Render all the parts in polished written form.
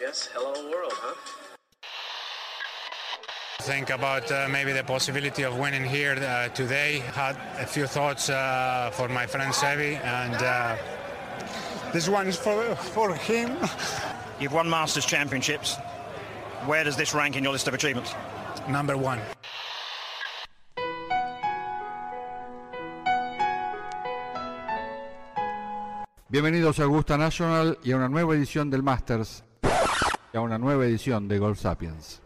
guess. Hello world, huh? Think about maybe the possibility of winning here today. Had a few thoughts for my friend Sevi, and this one is for him. You've won Masters Championships. Where does this rank in your list of achievements? Number one. Bienvenidos a Augusta National y a una nueva edición del Masters y a una nueva edición de Golf Sapiens.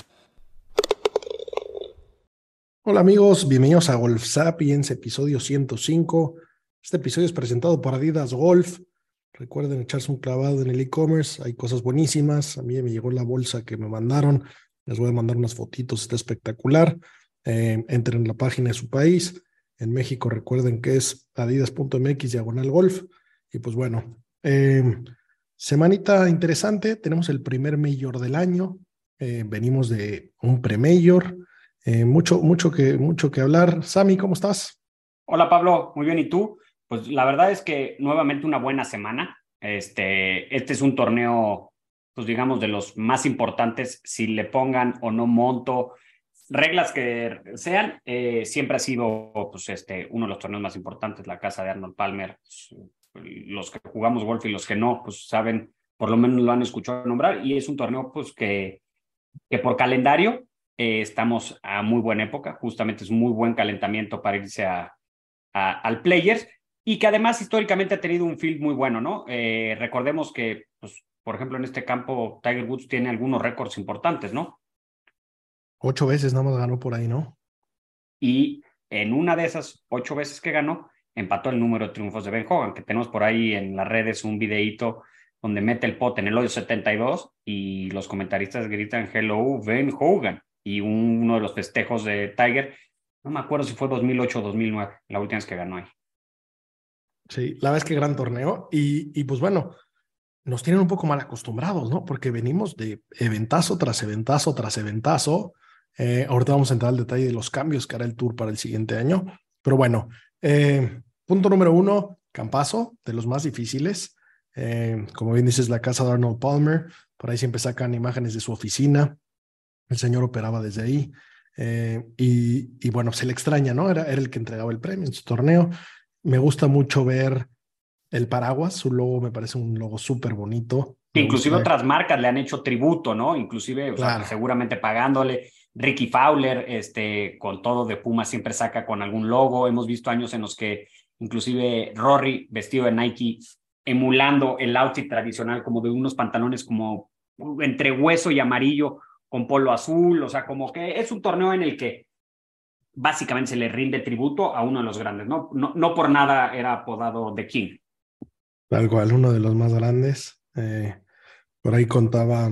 Hola amigos, bienvenidos a Golf Sapiens, episodio 105. Este episodio es presentado por Adidas Golf. Recuerden echarse un clavado en el e-commerce, hay cosas buenísimas. A mí me llegó la bolsa que me mandaron, les voy a mandar unas fotitos, está espectacular. Entren en la página de su país. En México recuerden que es adidas.mx/golf. Y pues bueno, semanita interesante, tenemos el primer Major del año, venimos de un pre-Major, mucho que hablar. Sammy, ¿cómo estás? Hola Pablo, muy bien, ¿y tú? Pues la verdad es que nuevamente una buena semana. Este es un torneo, pues digamos, de los más importantes, si le pongan o no monto, reglas que sean, siempre ha sido pues, uno de los torneos más importantes, la casa de Arnold Palmer. Los que jugamos golf y los que no, pues saben, por lo menos lo han escuchado nombrar, y es un torneo pues que por calendario estamos a muy buena época, justamente es un muy buen calentamiento para irse al Players, y que además históricamente ha tenido un field muy bueno, ¿no? Recordemos que, pues, por ejemplo, en este campo Tiger Woods tiene algunos récords importantes, ¿no? 8 veces nada más ganó por ahí, ¿no? Y en una de esas 8 veces que ganó, empató el número de triunfos de Ben Hogan, que tenemos por ahí en las redes un videíto donde mete el pot en el hoyo 72 y los comentaristas gritan "Hello, Ben Hogan", y uno de los festejos de Tiger, no me acuerdo si fue 2008 o 2009, la última vez que ganó ahí. Sí, la verdad es que gran torneo y pues bueno, nos tienen un poco mal acostumbrados, ¿no? Porque venimos de eventazo tras eventazo tras eventazo. Ahorita vamos a entrar al detalle de los cambios que hará el Tour para el siguiente año, pero bueno, punto número 1, campazo, de los más difíciles. Como bien dices, la casa de Arnold Palmer, por ahí siempre sacan imágenes de su oficina, el señor operaba desde ahí, y bueno, se le extraña, ¿no? Era el que entregaba el premio en su torneo. Me gusta mucho ver el paraguas, su logo me parece un logo súper bonito. Inclusive otras marcas le han hecho tributo, ¿no? Inclusive, claro. O sea, seguramente pagándole. Ricky Fowler, con todo de Puma, siempre saca con algún logo. Hemos visto años en los que inclusive Rory, vestido de Nike, emulando el outfit tradicional, como de unos pantalones como entre hueso y amarillo, con polo azul. O sea, como que es un torneo en el que básicamente se le rinde tributo a uno de los grandes, ¿no? No por nada era apodado The King. Tal cual, uno de los más grandes. Por ahí contaba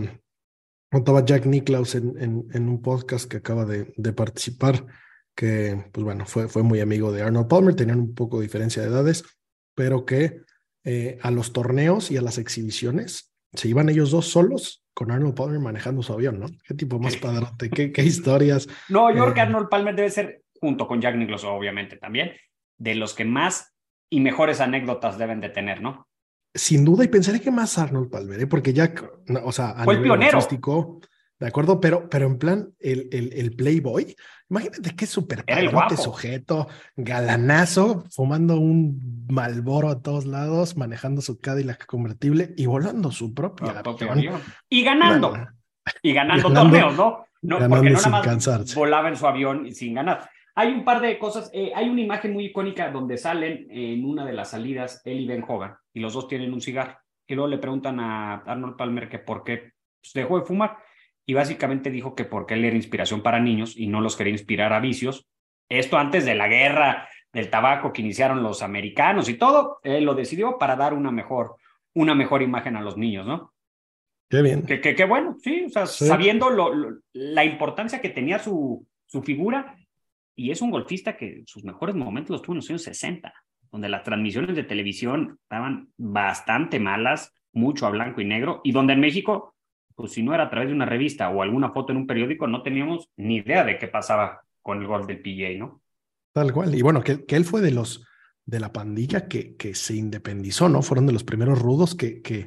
Jack Nicklaus en un podcast que acaba de participar, que pues bueno, fue muy amigo de Arnold Palmer, tenían un poco de diferencia de edades, pero que a los torneos y a las exhibiciones se iban ellos dos solos con Arnold Palmer manejando su avión, ¿no? Qué tipo más padrote, qué historias. No, yo creo que Arnold Palmer debe ser, junto con Jack Nicklaus obviamente también, de los que más y mejores anécdotas deben de tener, ¿no? Sin duda, y pensaré que más Arnold Palmer, porque Jack, o sea, a fue el nivel pionero. Artístico, de acuerdo, pero en plan, el Playboy, imagínate qué súper padrote sujeto, galanazo, fumando un Marlboro a todos lados, manejando su Cadillac convertible y volando su propio avión. Y ganando torneos, ¿no? Porque no nada más cansarse. volaba en su avión sin ganar. Hay un par de cosas, hay una imagen muy icónica donde salen en una de las salidas él y Ben Hogan, y los dos tienen un cigarro, y luego le preguntan a Arnold Palmer que por qué dejó de fumar, y básicamente dijo que porque él era inspiración para niños y no los quería inspirar a vicios. Esto antes de la guerra del tabaco que iniciaron los americanos y todo, él lo decidió para dar una mejor imagen a los niños, ¿no? Qué bien. Qué bueno, sí, o sea, sí. Sabiendo la importancia que tenía su figura. Y es un golfista que sus mejores momentos los tuvo en los años 60, donde las transmisiones de televisión estaban bastante malas, mucho a blanco y negro, y donde en México, pues si no era a través de una revista o alguna foto en un periódico, no teníamos ni idea de qué pasaba con el golf del PGA, ¿no? Tal cual. Y bueno, que él fue de la pandilla que se independizó, ¿no? Fueron de los primeros rudos que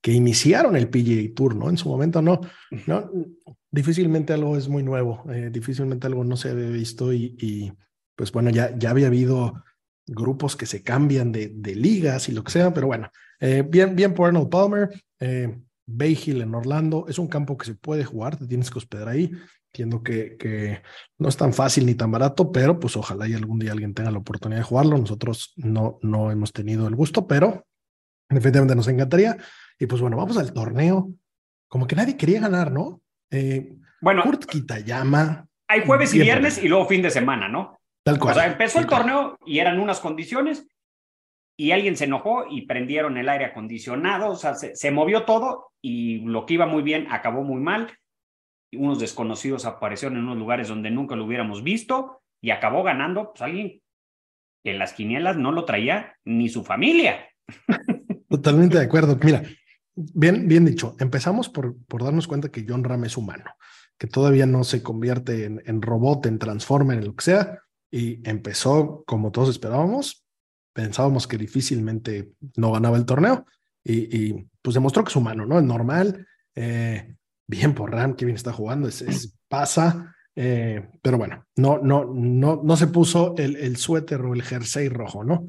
que iniciaron el PGA Tour, ¿no? En su momento no, difícilmente algo es muy nuevo, difícilmente algo no se había visto y pues bueno, ya había habido grupos que se cambian de ligas y lo que sea, pero bueno, bien por Arnold Palmer, Bay Hill en Orlando, es un campo que se puede jugar, te tienes que hospedar ahí, entiendo que no es tan fácil ni tan barato, pero pues ojalá y algún día alguien tenga la oportunidad de jugarlo, nosotros no hemos tenido el gusto, pero definitivamente nos encantaría. Y pues bueno, vamos al torneo. Como que nadie quería ganar, ¿no? Bueno, Kurt Kitayama. hay jueves y viernes y luego fin de semana, ¿no? Tal cual. O sea, empezó el torneo y eran unas condiciones y alguien se enojó y prendieron el aire acondicionado, o sea, se movió todo y lo que iba muy bien acabó muy mal. Unos desconocidos aparecieron en unos lugares donde nunca lo hubiéramos visto y acabó ganando pues alguien que en las quinielas no lo traía ni su familia. Totalmente de acuerdo. Mira, bien dicho. Empezamos por darnos cuenta que Jon Rahm es humano, que todavía no se convierte en robot, en transformer, en lo que sea, y empezó como todos esperábamos. Pensábamos que difícilmente no ganaba el torneo y pues demostró que es humano, ¿no? Es normal. Bien por Rahm, que bien está jugando, pasa. Pero bueno, no se puso el suéter o el jersey rojo, ¿no?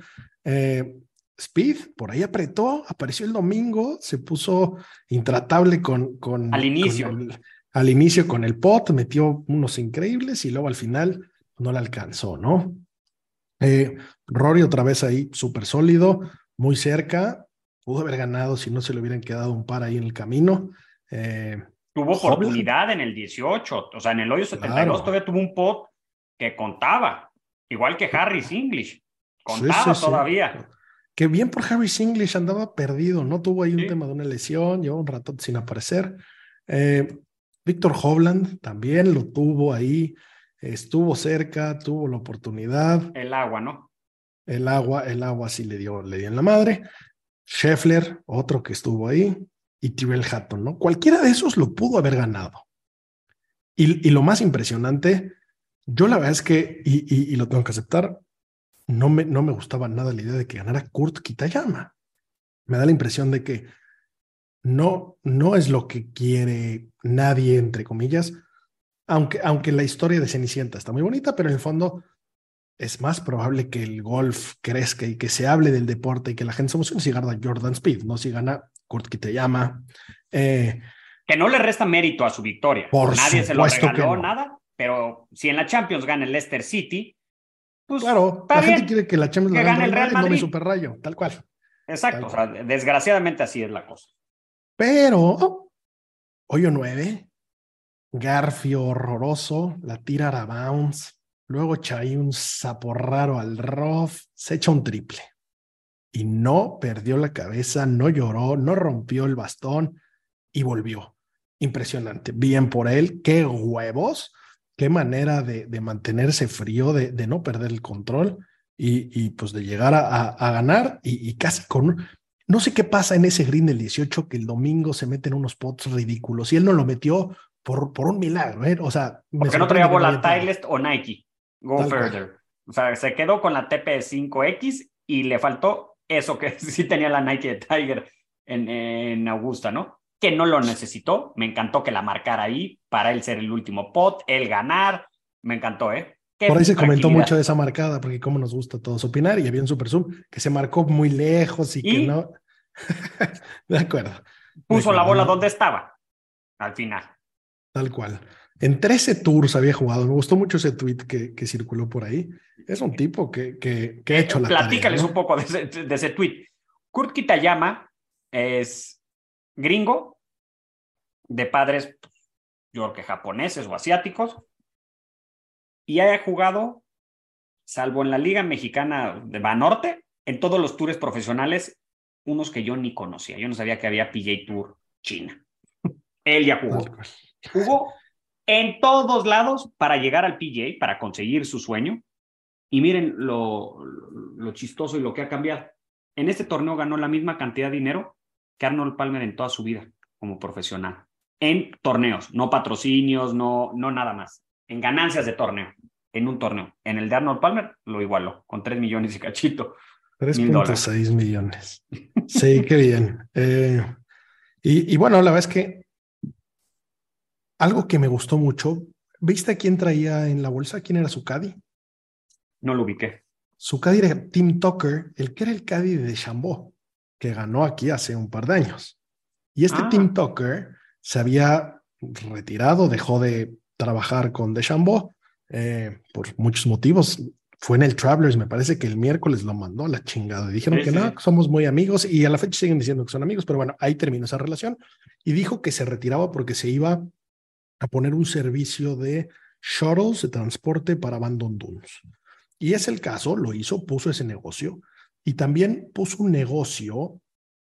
Speed, por ahí apretó, apareció el domingo, se puso intratable al inicio. Al inicio con el pot, metió unos increíbles y luego al final no le alcanzó, ¿no? Rory otra vez ahí, súper sólido, muy cerca, pudo haber ganado si no se le hubieran quedado un par ahí en el camino. Tuvo oportunidad en el 18, o sea, en el hoyo 72 claro. Todavía tuvo un pot que contaba, igual que Harris English, contaba todavía. Sí. Qué bien por Harris English, andaba perdido, ¿no? Tuvo ahí un tema de una lesión, llevó un rato sin aparecer. Víctor Hovland también lo tuvo ahí, estuvo cerca, tuvo la oportunidad. El agua, ¿no? El agua sí le dio en la madre. Scheffler, otro que estuvo ahí, y Tyrrell Hatton, ¿no? Cualquiera de esos lo pudo haber ganado. Y lo más impresionante, yo la verdad es que, y lo tengo que aceptar, no me gustaba nada la idea de que ganara Kurt Kitayama. Me da la impresión de que no es lo que quiere nadie, entre comillas, aunque la historia de Cenicienta está muy bonita, pero en el fondo es más probable que el golf crezca y que se hable del deporte y que la gente se emocione si gana Jordan Speed, no si gana Kurt Kitayama. Que no le resta mérito a su victoria. Nadie se lo regaló, nada, pero si en la Champions gana el Leicester City, pues claro, la gente quiere que la Champions gane el Real Madrid. No me Super Rayo, tal cual. Exacto, o sea, desgraciadamente así es la cosa. Pero, hoyo 9, Garfio horroroso, la tira a bounce, luego echa ahí un sapo raro al rough, se echa un triple. Y no perdió la cabeza, no lloró, no rompió el bastón y volvió. Impresionante, bien por él, qué huevos, qué manera de mantenerse frío, de no perder el control y pues de llegar a ganar y casi con... No sé qué pasa en ese green del 18 que el domingo se meten unos pots ridículos y él no lo metió por un milagro, ¿eh? O sea... Porque no traía bola Titleist o Nike. Go Tal further. Cual. O sea, se quedó con la TP5X y le faltó eso que sí tenía la Nike de Tiger en Augusta, ¿no? Que no lo necesitó. Me encantó que la marcara ahí para él ser el último pot, él ganar. Me encantó, ¿eh? Por ahí se comentó mucho de esa marcada, porque como nos gusta a todos opinar, y había un Super Zoom que se marcó muy lejos y que no... De acuerdo. Puso la bola donde estaba, al final. Tal cual. En 13 tours había jugado. Me gustó mucho ese tweet que circuló por ahí. Es un tipo que ha hecho la tarea. Platícales un poco de ese tweet. Kurt Kitayama es gringo, de padres, yo creo que japoneses o asiáticos, y haya jugado, salvo en la Liga Mexicana de Banorte, en todos los tours profesionales, unos que yo ni conocía. Yo no sabía que había PGA Tour China. Él ya jugó. Jugó en todos lados para llegar al PGA, para conseguir su sueño. Y miren lo chistoso y lo que ha cambiado. En este torneo ganó la misma cantidad de dinero que Arnold Palmer en toda su vida como profesional. En torneos, no patrocinios, no nada más. En ganancias de torneo, en un torneo. En el de Arnold Palmer lo igualó, con 3 millones y cachito. 3.6 millones. Sí, qué bien. Y bueno, la verdad es que algo que me gustó mucho, ¿viste a quién traía en la bolsa? ¿Quién era su caddy? No lo ubiqué. Su caddy era Tim Tucker, el que era el caddy de DeChambeau, que ganó aquí hace un par de años. Y este Tim Tucker se había retirado, dejó de trabajar con DeChambeau por muchos motivos. Fue en el Travelers, me parece que el miércoles lo mandó a la chingada. Y dijeron que no, que somos muy amigos, y a la fecha siguen diciendo que son amigos, pero bueno, ahí terminó esa relación. Y dijo que se retiraba porque se iba a poner un servicio de shuttles de transporte para Bandon Dunes. Y es el caso, lo hizo, puso ese negocio, y también puso un negocio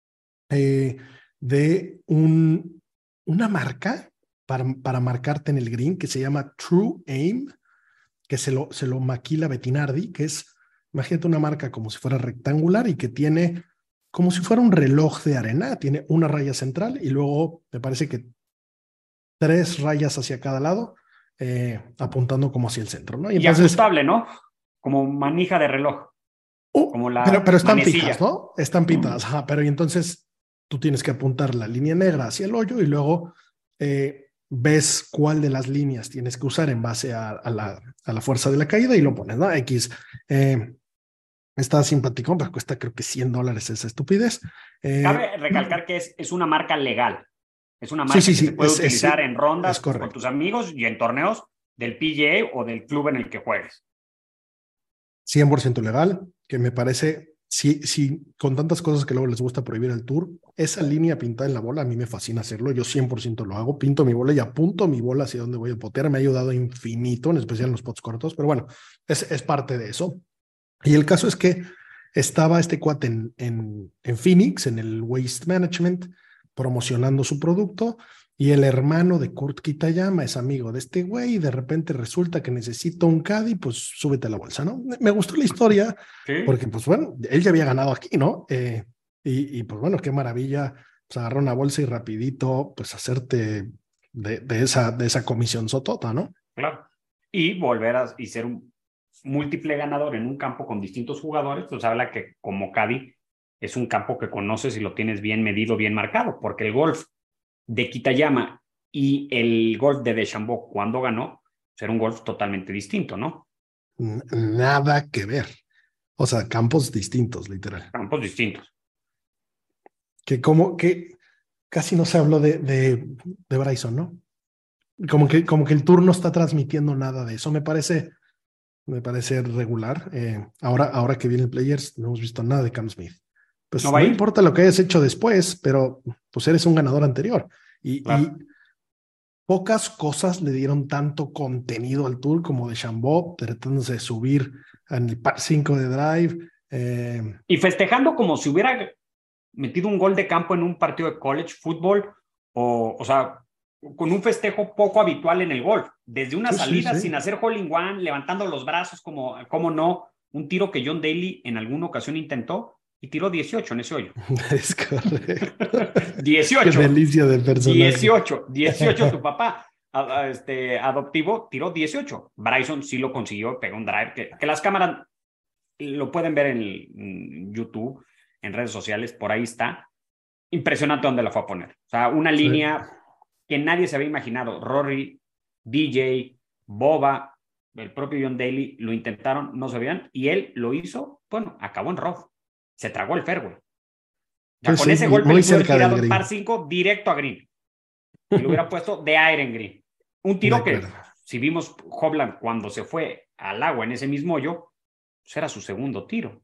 de una marca para marcarte en el green que se llama True Aim, que se lo maquila Bettinardi, que es, imagínate una marca como si fuera rectangular y que tiene como si fuera un reloj de arena, tiene una raya central y luego me parece que 3 rayas hacia cada lado, apuntando como hacia el centro, ¿no? Y entonces, ajustable, ¿no? Como manija de reloj. Como la pero están fijas, ¿no? Están pintadas, ajá, pero y entonces tú tienes que apuntar la línea negra hacia el hoyo y luego ves cuál de las líneas tienes que usar en base a la fuerza de la caída y lo pones, ¿no? X. Está simpático, pero cuesta creo que $100 esa estupidez. Cabe recalcar que es una marca legal. Es una marca que se puede utilizar en rondas con tus amigos y en torneos del PGA o del club en el que juegues. 100% legal, que me parece, sí, con tantas cosas que luego les gusta prohibir el tour, esa línea pintada en la bola, a mí me fascina hacerlo, yo 100% lo hago, pinto mi bola y apunto mi bola hacia donde voy a potear, me ha ayudado infinito, en especial en los pots cortos, pero bueno, es parte de eso. Y el caso es que estaba este cuate en Phoenix, en el Waste Management, promocionando su producto, y el hermano de Kurt Kitayama es amigo de este güey, y de repente resulta que necesita un caddy, pues súbete a la bolsa, ¿no? Me gustó la historia, porque pues bueno, él ya había ganado aquí, ¿no? Y pues bueno, qué maravilla, pues agarrar una bolsa y rapidito, pues hacerte de esa comisión sotota, ¿no? Claro. Y volver y ser un múltiple ganador en un campo con distintos jugadores, pues habla que como caddy es un campo que conoces y lo tienes bien medido, bien marcado, porque el golf de Kitayama y el golf de DeChambeau cuando ganó, pues era un golf totalmente distinto, ¿no? Nada que ver. O sea, campos distintos, literal. Campos distintos. Que casi no se habló de Bryson, ¿no? Como que el tour no está transmitiendo nada de eso. Me parece regular. Ahora que viene el Players, no hemos visto nada de Cam Smith. Pues no importa lo que hayas hecho después, pero pues eres un ganador anterior. Y pocas cosas le dieron tanto contenido al tour como DeChambeau, tratándose de subir en el par 5 de drive. Y festejando como si hubiera metido un gol de campo en un partido de college fútbol, o sea, con un festejo poco habitual en el golf. Desde una salida sin hacer hole in one, levantando los brazos como no, un tiro que John Daly en alguna ocasión intentó, y tiró 18 en ese hoyo. Es correcto. 18. Qué delicia de personaje. 18 tu papá adoptivo tiró 18. Bryson sí lo consiguió, pegó un drive que las cámaras lo pueden ver en YouTube, en redes sociales, por ahí está. Impresionante dónde la fue a poner. O sea, una línea que nadie se había imaginado. Rory, DJ, Boba, el propio John Daly lo intentaron, no se veían, y él lo hizo, bueno, acabó en rough. Se tragó el fairway. O sea, con ese golpe le hubiera tirado el par 5 directo a green. Y lo hubiera puesto de aire en green. Un tiro que, si vimos Hovland cuando se fue al agua en ese mismo hoyo, pues era su segundo tiro.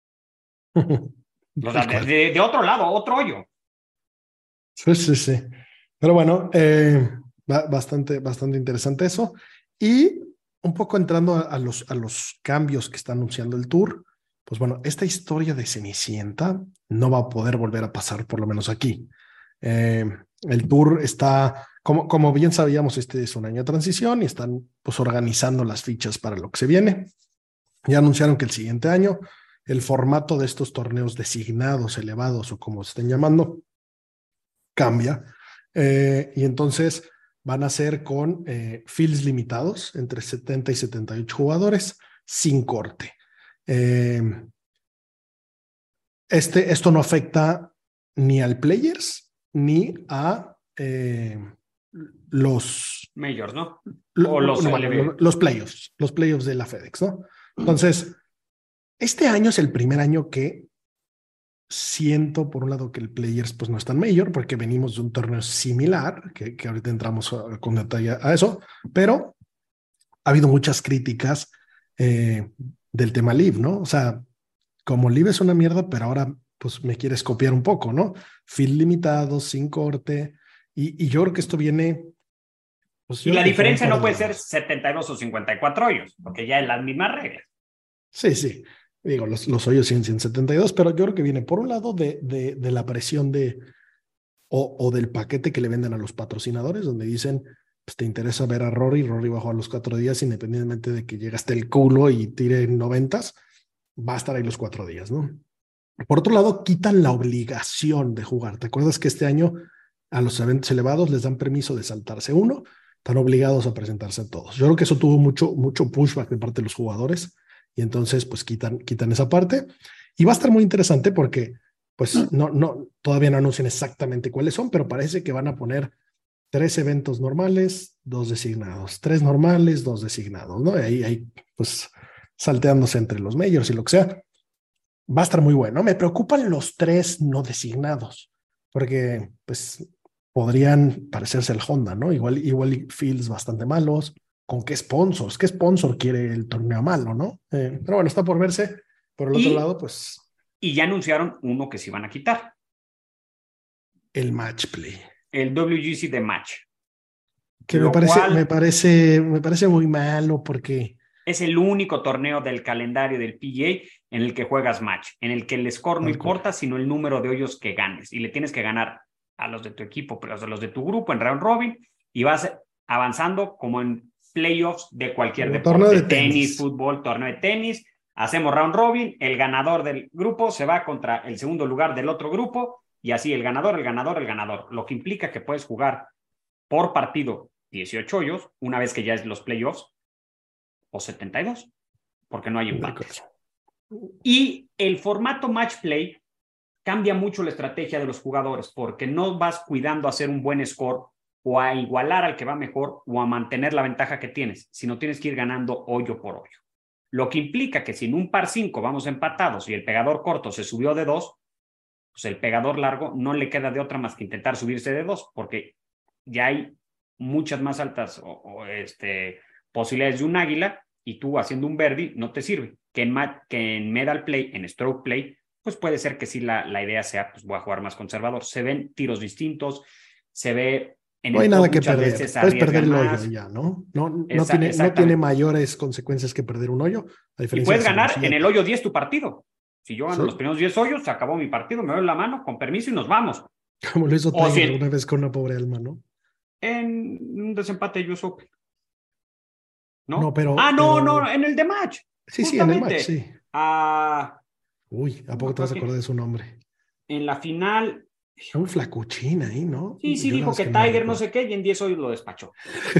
O sea, de otro lado, otro hoyo. Sí. Pero bueno, bastante interesante eso. Y un poco entrando a los cambios que está anunciando el tour, pues bueno, esta historia de Cenicienta no va a poder volver a pasar, por lo menos aquí. El tour está, como bien sabíamos, este es un año de transición y están pues organizando las fichas para lo que se viene. Ya anunciaron que el siguiente año el formato de estos torneos designados, elevados o como se estén llamando, cambia. Y entonces van a ser con fields limitados entre 70 y 78 jugadores sin corte. Esto no afecta ni al Players ni a los Majors, ¿no? O los los playoffs de la FedEx, ¿no? Entonces, este año es el primer año que siento, por un lado, que el Players pues no es tan mayor, porque venimos de un torneo similar, que ahorita entramos con detalle a eso, pero ha habido muchas críticas del tema Live, ¿no? O sea, como Live es una mierda, pero ahora pues me quieres copiar un poco, ¿no? Field limitado, sin corte, y yo creo que esto viene... Pues, y la diferencia no puede ser 72 o 54 hoyos, porque ya es las mismas reglas. Sí. Digo, los hoyos 172, pero yo creo que viene por un lado de la presión o del paquete que le venden a los patrocinadores, donde dicen, pues te interesa ver a Rory bajó a los 4 días, independientemente de que llegue hasta el culo y tire 90s, va a estar ahí los 4 días, ¿no? Por otro lado, quitan la obligación de jugar. ¿Te acuerdas que este año a los eventos elevados les dan permiso de saltarse uno? Están obligados a presentarse a todos. Yo creo que eso tuvo mucho pushback de parte de los jugadores, y entonces pues quitan esa parte, y va a estar muy interesante porque pues todavía no anuncian exactamente cuáles son, pero parece que van a poner 3 eventos normales, 2 designados, 3 normales, 2 designados, ¿no? Y ahí pues salteándose entre los majors y lo que sea. Va a estar muy bueno. Me preocupan los 3 no designados, porque pues podrían parecerse al Honda, ¿no? Igual fields bastante malos. ¿Con qué sponsors? ¿Qué sponsor quiere el torneo malo, no? Pero bueno, está por verse. Por el otro lado, pues... Y ya anunciaron uno que se iban a quitar. El match play. El WGC de match. Que me parece muy malo porque... Es el único torneo del calendario del PGA en el que juegas match, en el que el score no importa, sino el número de hoyos que ganes. Y le tienes que ganar a los de tu equipo, pero a los de tu grupo en round robin, y vas avanzando como en playoffs de cualquier deporte. Torneo de tenis, fútbol, torneo de tenis. Hacemos round robin, el ganador del grupo se va contra el segundo lugar del otro grupo, y así el ganador. Lo que implica que puedes jugar por partido 18 hoyos, una vez que ya es los playoffs, o 72, porque no hay empates. Y el formato match play cambia mucho la estrategia de los jugadores, porque no vas cuidando a hacer un buen score o a igualar al que va mejor o a mantener la ventaja que tienes, sino tienes que ir ganando hoyo por hoyo. Lo que implica que si en un par 5 vamos empatados y el pegador corto se subió de 2, pues el pegador largo no le queda de otra más que intentar subirse de 2, porque ya hay muchas más altas posibilidades de un águila, y tú haciendo un birdie no te sirve. Que en medal play, en stroke play, pues puede ser que sí la idea sea, pues voy a jugar más conservador. Se ven tiros distintos, se ve... No hay nada que perder. Puedes perder el hoyo ya, ¿no? No tiene mayores consecuencias que perder un hoyo. Y puedes ganar en el hoyo 10 tu partido. Si yo gano los primeros 10 hoyos, se acabó mi partido, me doy la mano, con permiso, y nos vamos. Como lo hizo Tiger alguna vez con una pobre alma, ¿no? En un desempate de US Open. ¿No? No, pero... No, en el de match. Sí, en el match, sí. Uy, ¿a poco te vas a acordar de su nombre? En la final... Un flacuchín ahí, ¿no? Sí, dijo que Tiger no sé qué, y en 10 hoyos lo despachó.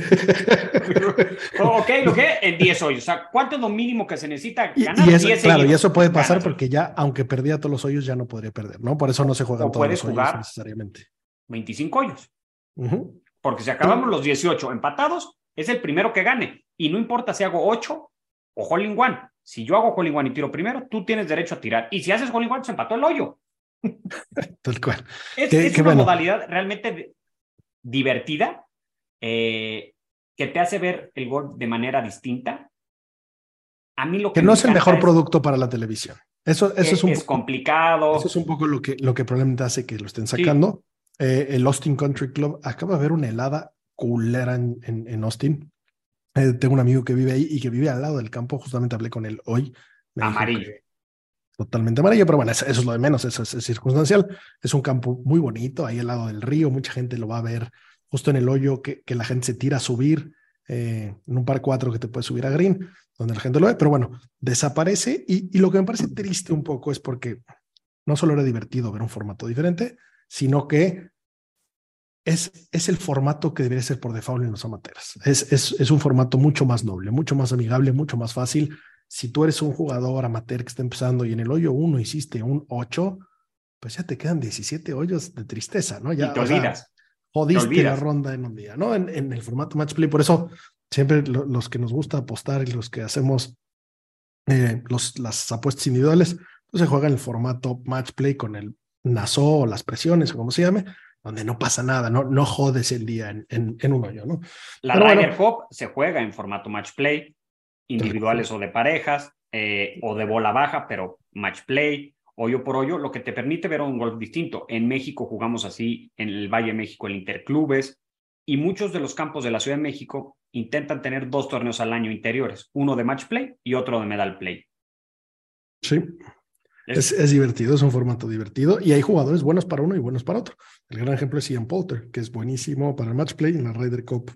Ok, lo que en 10 hoyos. O sea, ¿cuánto es lo mínimo que se necesita ganar? Y eso, claro, y eso puede pasar porque ya, aunque perdía todos los hoyos, ya no podría perder, ¿no? Por eso no se juegan todos los hoyos necesariamente. 25 hoyos. Porque si acabamos los 18 empatados, es el primero que gane. Y no importa si hago 8 o hole in one. Si yo hago hole in one y tiro primero, tú tienes derecho a tirar. Y si haces hole in one, se empató el hoyo. Tal cual. Es una modalidad realmente divertida, que te hace ver el golf de manera distinta. A mí lo que no es el mejor producto para la televisión. Eso es complicado. Eso es un poco lo que probablemente hace que lo estén sacando. Sí. El Austin Country Club acaba de haber una helada culera en Austin. Tengo un amigo que vive ahí y que vive al lado del campo. Justamente hablé con él hoy. Amarillo. Totalmente amarillo, pero bueno, eso es lo de menos, eso es circunstancial. Es un campo muy bonito, ahí al lado del río, mucha gente lo va a ver justo en el hoyo que la gente se tira a subir, en un par 4 que te puedes subir a green, donde la gente lo ve, pero bueno, desaparece, y lo que me parece triste un poco es porque no solo era divertido ver un formato diferente, sino que es el formato que debería ser por default en los amateurs. Es un formato mucho más noble, mucho más amigable, mucho más fácil. Si tú eres un jugador amateur que está empezando y en el hoyo 1 hiciste un 8, pues ya te quedan 17 hoyos de tristeza, ¿no? Ya, y te olvidas. Jodiste la ronda en un día, ¿no? En el formato match play. Por eso siempre los que nos gusta apostar y los que hacemos las apuestas individuales, pues se juega en el formato match play con el Nassau o las presiones o como se llame, donde no pasa nada, no jodes el día en un hoyo, ¿no? La Ryder Cup se juega en formato match play, individuales o de parejas, o de bola baja, pero match play, hoyo por hoyo, lo que te permite ver un golf distinto. En México jugamos así, en el Valle de México el Interclubes, y muchos de los campos de la Ciudad de México intentan tener 2 torneos al año interiores, uno de match play y otro de medal play. Sí, es divertido, es un formato divertido, y hay jugadores buenos para uno y buenos para otro. El gran ejemplo es Ian Poulter, que es buenísimo para el match play, en la Ryder Cup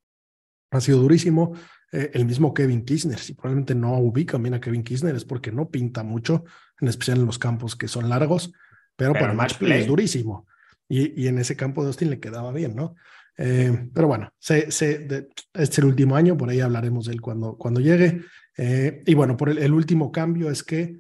ha sido durísimo. El mismo Kevin Kisner, si probablemente no ubican bien a Kevin Kisner es porque no pinta mucho, en especial en los campos que son largos, pero para match play es durísimo. Y en ese campo de Austin le quedaba bien, ¿no? Pero bueno, este es el último año, por ahí hablaremos de él cuando llegue. Y bueno, por el último cambio es que,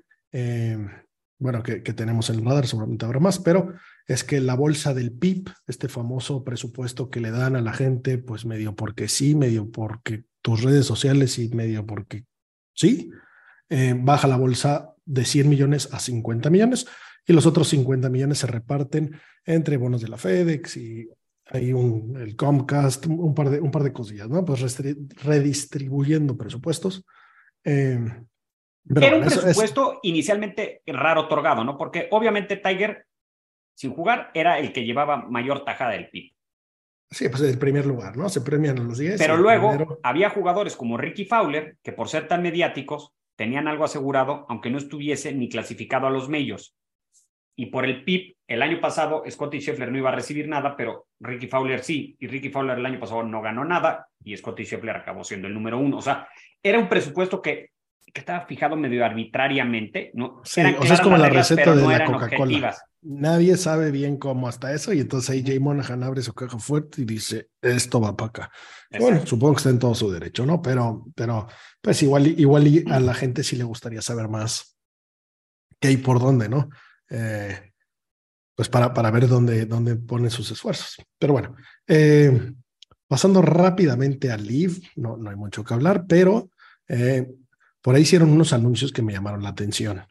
bueno, que tenemos en el radar, seguramente habrá más, pero es que la bolsa del PIB, este famoso presupuesto que le dan a la gente, pues medio porque sí, medio porque tus redes sociales y medio porque sí, baja la bolsa de 100 millones a 50 millones y los otros 50 millones se reparten entre bonos de la FedEx y hay el Comcast, un par de cosillas, ¿no? Pues redistribuyendo presupuestos. Era un presupuesto inicialmente raro otorgado, ¿no? Porque obviamente Tiger, sin jugar, era el que llevaba mayor tajada del PIB. Sí, pues el primer lugar, ¿no? Se premian a los 10. Pero luego había jugadores como Ricky Fowler, que por ser tan mediáticos, tenían algo asegurado, aunque no estuviese ni clasificado a los majors. Y por el PIB, el año pasado, Scottie Scheffler no iba a recibir nada, pero Ricky Fowler sí. Y Ricky Fowler el año pasado no ganó nada, y Scottie Scheffler acabó siendo el número 1. O sea, era un presupuesto que estaba fijado medio arbitrariamente, ¿no? Sí, o sea, es como la receta de la Coca-Cola. Nadie sabe bien cómo hasta eso, y entonces ahí Jay Monahan abre su caja fuerte y dice, esto va para acá. Bueno, supongo que está en todo su derecho, ¿no? Pero pues igual a la gente sí le gustaría saber más qué y por dónde, ¿no? Pues para ver dónde ponen sus esfuerzos. Pero bueno, pasando rápidamente al LIV, no hay mucho que hablar, pero por ahí hicieron unos anuncios que me llamaron la atención.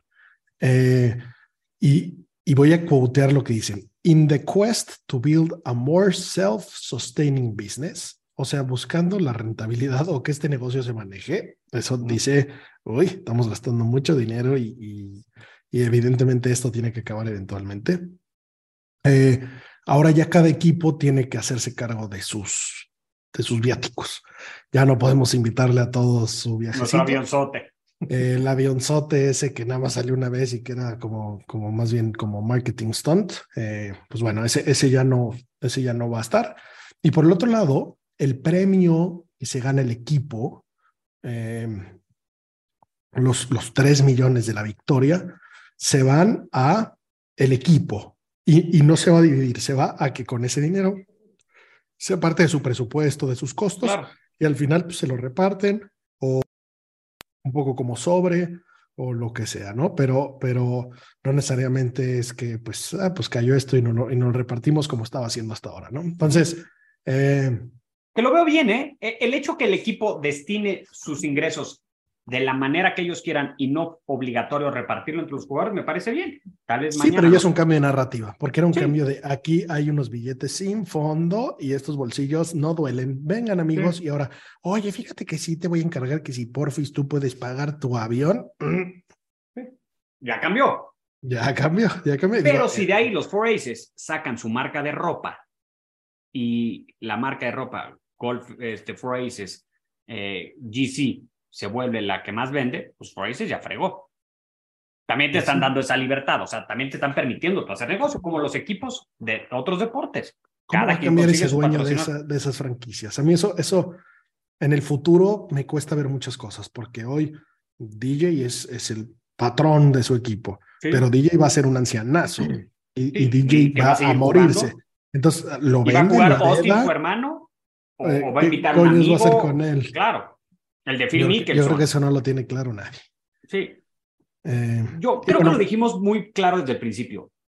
Y voy a quotear lo que dicen. In the quest to build a more self-sustaining business, o sea, buscando la rentabilidad o que este negocio se maneje, eso dice, uy, estamos gastando mucho dinero y evidentemente esto tiene que acabar eventualmente. Ahora ya cada equipo tiene que hacerse cargo de sus viáticos. Ya no podemos invitarle a todos su viajecito. Nuestro avionzote. El avionzote ese que nada más salió una vez y que era como más bien como marketing stunt, pues bueno, ese ya no va a estar. Y por el otro lado, el premio que se gana el equipo, los 3 millones de la victoria, se van a el equipo y no se va a dividir, se va a que con ese dinero sea parte de su presupuesto, de sus costos, claro. Y al final pues, se lo reparten o un poco como sobre o lo que sea, ¿no? Pero no necesariamente es que pues cayó esto y no lo repartimos como estaba haciendo hasta ahora, ¿no? Entonces... que lo veo bien, ¿eh? El hecho que el equipo destine sus ingresos de la manera que ellos quieran y no obligatorio repartirlo entre los jugadores, me parece bien. Tal vez mañana... Sí, pero ya es un cambio de narrativa, porque era un cambio de aquí hay unos billetes sin fondo y estos bolsillos no duelen. Vengan, amigos, y ahora, oye, fíjate que sí te voy a encargar que si porfis tú puedes pagar tu avión. Ya cambió. Ya cambió. Pero si de ahí los Four Aces sacan su marca de ropa y la marca de ropa, Golf, Four Aces, GC, se vuelve la que más vende, pues Four Aces ya fregó. También te están dando esa libertad, o sea, también te están permitiendo hacer negocio, como los equipos de otros deportes. ¿Cómo va a cambiar ese dueño de esas franquicias? A mí eso en el futuro me cuesta ver muchas cosas, porque hoy DJ es el patrón de su equipo, pero DJ va a ser un ancianazo y DJ va a morirse. Jugando. Entonces, ¿lo venden? ¿Va a jugar Austin, su hermano? ¿O va a invitar a un amigo? Va a hacer con él? Claro. El de Phil Mickelson. Yo creo que eso no lo tiene claro nadie. Sí. Yo creo que lo dijimos muy claro desde el principio.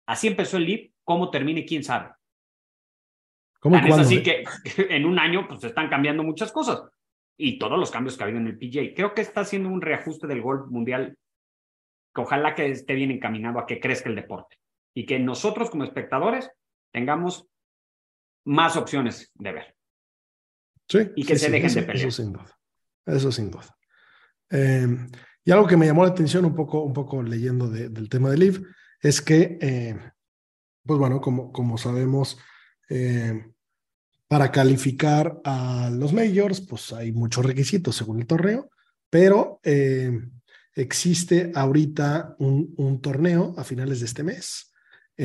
Así empezó el LIV, cómo termine, quién sabe. ¿Cómo Tan es cuándo, así que en un año pues están cambiando muchas cosas y todos los cambios que ha habido en el PGA. Creo que está haciendo un reajuste del golf mundial que ojalá que esté bien encaminado a que crezca el deporte y que nosotros como espectadores tengamos más opciones de ver. Sí, y que se dejen de pelear. Eso sin duda. Eso sin duda. Y algo que me llamó la atención un poco leyendo del tema del LIV es que, pues bueno, como sabemos, para calificar a los majors, pues hay muchos requisitos según el torneo, pero existe ahorita un torneo a finales de este mes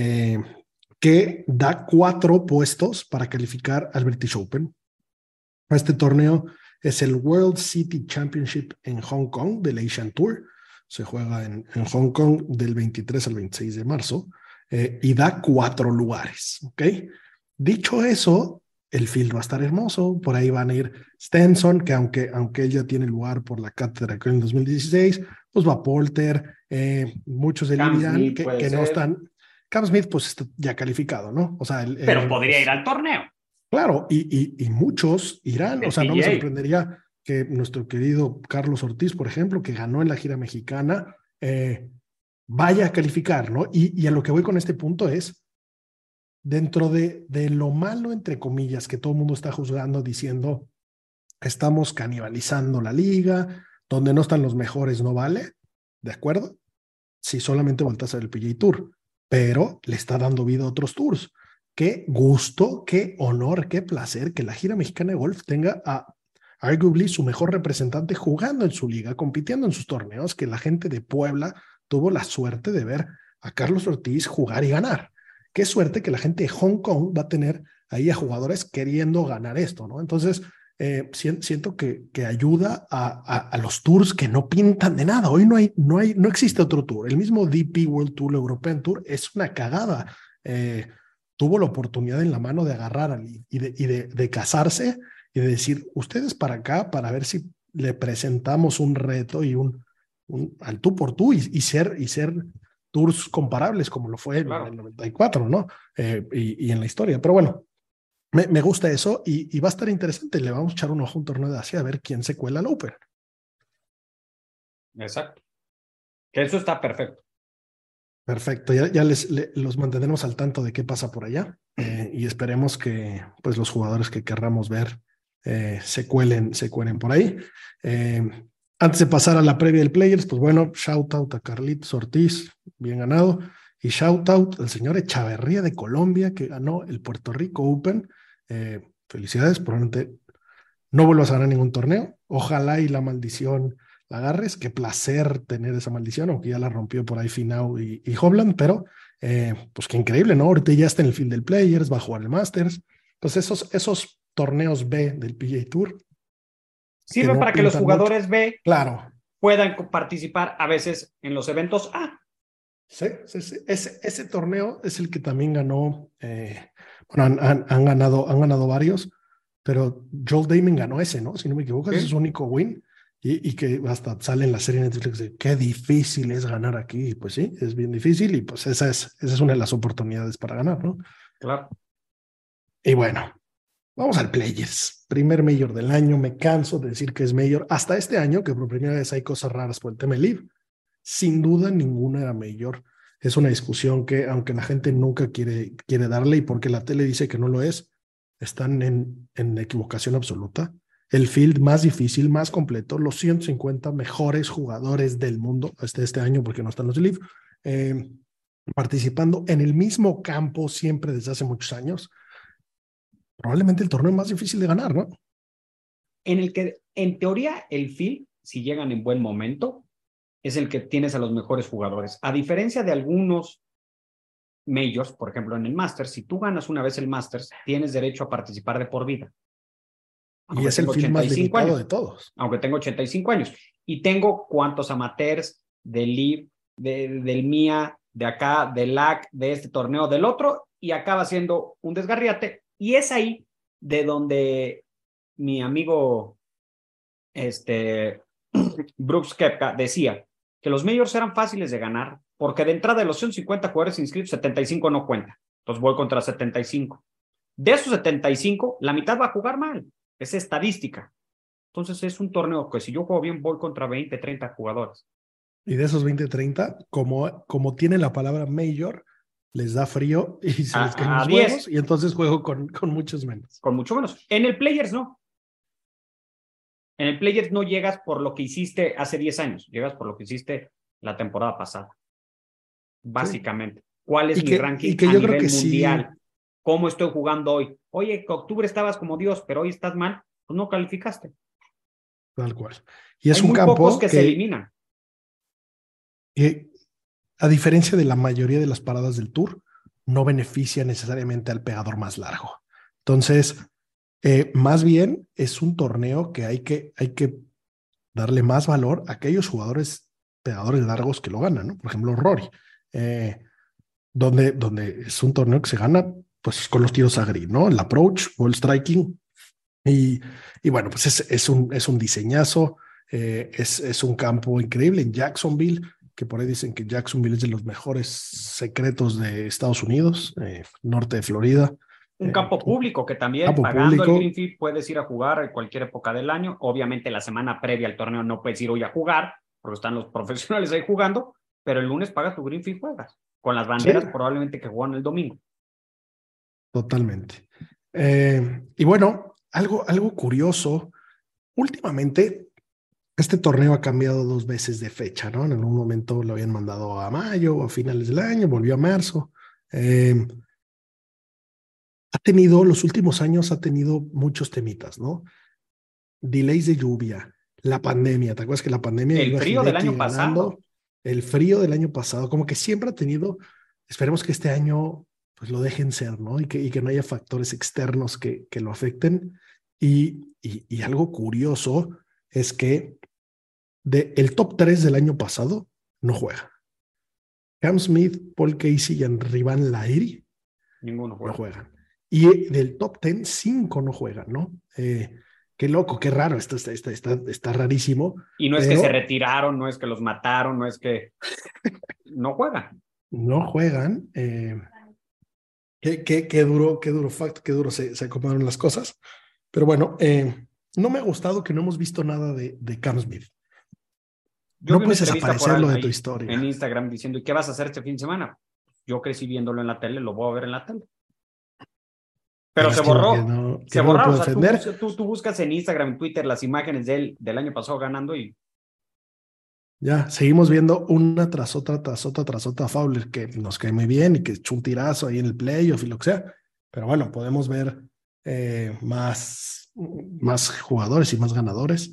que da 4 puestos para calificar al British Open. Este torneo es el World City Championship en Hong Kong del Asian Tour. Se juega en Hong Kong del 23 al 26 de marzo y da 4 lugares. ¿Ok? Dicho eso, el field va a estar hermoso. Por ahí van a ir Stenson, que aunque él ya tiene lugar por la cátedra en 2016, pues va Poulter, muchos del Irian que no están. Cam Smith, pues está ya calificado, ¿no? O sea, pero podría ir al torneo. Claro, y muchos irán, o sea, no me sorprendería que nuestro querido Carlos Ortiz, por ejemplo, que ganó en la gira mexicana, vaya a calificar, ¿no? Y a lo que voy con este punto es, dentro de lo malo, entre comillas, que todo el mundo está juzgando diciendo, estamos canibalizando la liga, donde no están los mejores no vale, ¿de acuerdo? Si solamente volteas a ver el PGA Tour, pero le está dando vida a otros tours. Qué gusto, qué honor, qué placer que la gira mexicana de golf tenga a arguably su mejor representante jugando en su liga, compitiendo en sus torneos, que la gente de Puebla tuvo la suerte de ver a Carlos Ortiz jugar y ganar. Qué suerte que la gente de Hong Kong va a tener ahí a jugadores queriendo ganar esto, ¿no? Entonces, siento que ayuda a los tours que no pintan de nada. Hoy no existe otro tour. El mismo DP World Tour, European Tour, es una cagada. Tuvo la oportunidad en la mano de agarrar y de casarse y de decir, ustedes para acá, para ver si le presentamos un reto y al tú por tú y ser tours comparables como lo fue en el 94, ¿no? Y en la historia. Pero bueno, me gusta eso y va a estar interesante. Le vamos a echar un ojo a un torneo de Asia a ver quién se cuela al Open. Exacto. Que eso está perfecto. Perfecto, ya los mantendremos al tanto de qué pasa por allá y esperemos que pues, los jugadores que querramos ver se cuelen por ahí. Antes de pasar a la previa del Players, pues bueno, shout out a Carlitos Ortiz, bien ganado, y shout out al señor Echaverría de Colombia que ganó el Puerto Rico Open. Felicidades, probablemente no vuelvas a ganar ningún torneo. Ojalá y la maldición la agarres. Qué placer tener esa maldición, aunque ya la rompió por ahí Finau y Hovland, pero pues qué increíble, ¿no? Ahorita ya está en el field del Players, va a jugar el Masters. Pues esos torneos B del PGA Tour. Sirve para que los jugadores mucho. B claro. puedan participar a veces en los eventos A. Sí. Ese torneo es el que también ganó, bueno, han ganado varios, pero Joel Damon ganó ese, ¿no? Si no me equivoco, ese es su único win. Y que hasta sale en la serie de Netflix de qué difícil es ganar aquí. Y pues sí, es bien difícil y pues esa es una de las oportunidades para ganar, ¿no? Claro. Y bueno, vamos al Players. Primer Major del año. Me canso de decir que es Major. Hasta este año, que por primera vez hay cosas raras por el tema del LIV. Sin duda, ninguna era Major. Es una discusión que, aunque la gente nunca quiere darle y porque la tele dice que no lo es, están en equivocación absoluta. El field más difícil, más completo, los 150 mejores jugadores del mundo hasta este año, porque no están los LIV, participando en el mismo campo siempre desde hace muchos años. Probablemente el torneo más difícil de ganar, ¿no? En el que, en teoría, el field, si llegan en buen momento, es el que tienes a los mejores jugadores. A diferencia de algunos majors, por ejemplo, en el Masters, si tú ganas una vez el Masters, tienes derecho a participar de por vida. Y es el field más limitado de todos. Aunque tengo 85 años. Y tengo cuantos amateurs del LIV, del MIA, de acá, del LAC, de este torneo, del otro, y acaba siendo un desgarriate. Y es ahí de donde mi amigo Brooks Koepka decía que los majors eran fáciles de ganar porque de entrada de los 150 jugadores inscritos, 75 no cuenta. Entonces voy contra 75. De esos 75, la mitad va a jugar mal. Es estadística. Entonces es un torneo que si yo juego bien, voy contra 20, 30 jugadores. Y de esos 20, 30, como tiene la palabra Major, les da frío y se les caen los 10. huevos, y entonces juego con muchos menos. Con mucho menos. En el Players no. En el Players no llegas por lo que hiciste hace 10 años. Llegas por lo que hiciste la temporada pasada. Básicamente. Sí. ¿Cuál es mi ranking a nivel creo que mundial? Sí. ¿Cómo estoy jugando hoy? Oye, que octubre estabas como Dios, pero hoy estás mal. Pues no calificaste. Tal cual. Y es Hay un muy campo pocos que se eliminan. A diferencia de la mayoría de las paradas del Tour, no beneficia necesariamente al pegador más largo. Entonces, más bien es un torneo que hay que darle más valor a aquellos jugadores pegadores largos que lo ganan, ¿no? Por ejemplo, Rory, donde es un torneo que se gana pues con los tiros a green, ¿no? El approach, ball striking, y bueno, pues es un diseñazo, es un campo increíble en Jacksonville, que por ahí dicen que Jacksonville es de los mejores secretos de Estados Unidos, norte de Florida. Un campo público que también, pagando el green fee, puedes ir a jugar en cualquier época del año. Obviamente la semana previa al torneo no puedes ir hoy a jugar, porque están los profesionales ahí jugando, pero el lunes pagas tu green fee y juegas. Con las banderas probablemente que juegan el domingo. Totalmente. Y bueno, algo curioso, últimamente este torneo ha cambiado 2 veces de fecha, ¿no? En un momento lo habían mandado a mayo, a finales del año, volvió a marzo. Los últimos años ha tenido muchos temitas, ¿no? Delays de lluvia, la pandemia, ¿te acuerdas que la pandemia? El frío del año pasado. El frío del año pasado, como que siempre ha tenido, esperemos que este año pues lo dejen ser, ¿no? Y que no haya factores externos que lo afecten. Y algo curioso es que el top 3 del año pasado no juega. Cam Smith, Paul Casey y Rivan Lahiri ninguno juega. No juegan. Y del top 10, 5 no juegan, ¿no? Qué loco, qué raro, está rarísimo. Y no es que se retiraron, no es que los mataron, no es que no juegan. No juegan. Qué duro fact, qué duro se acomodaron las cosas. Pero bueno, no me ha gustado que no hemos visto nada de Cam Smith. No puedes desaparecerlo de tu historia. En Instagram diciendo, ¿y qué vas a hacer este fin de semana? Yo crecí viéndolo en la tele, lo voy a ver en la tele. Pero se borró. Se borró. O sea, tú buscas en Instagram, en Twitter, las imágenes de él del año pasado ganando y... Ya, seguimos viendo una tras otra Fowler, que nos cae muy bien y que echó un tirazo ahí en el playoff y lo que sea. Pero bueno, podemos ver más jugadores y más ganadores.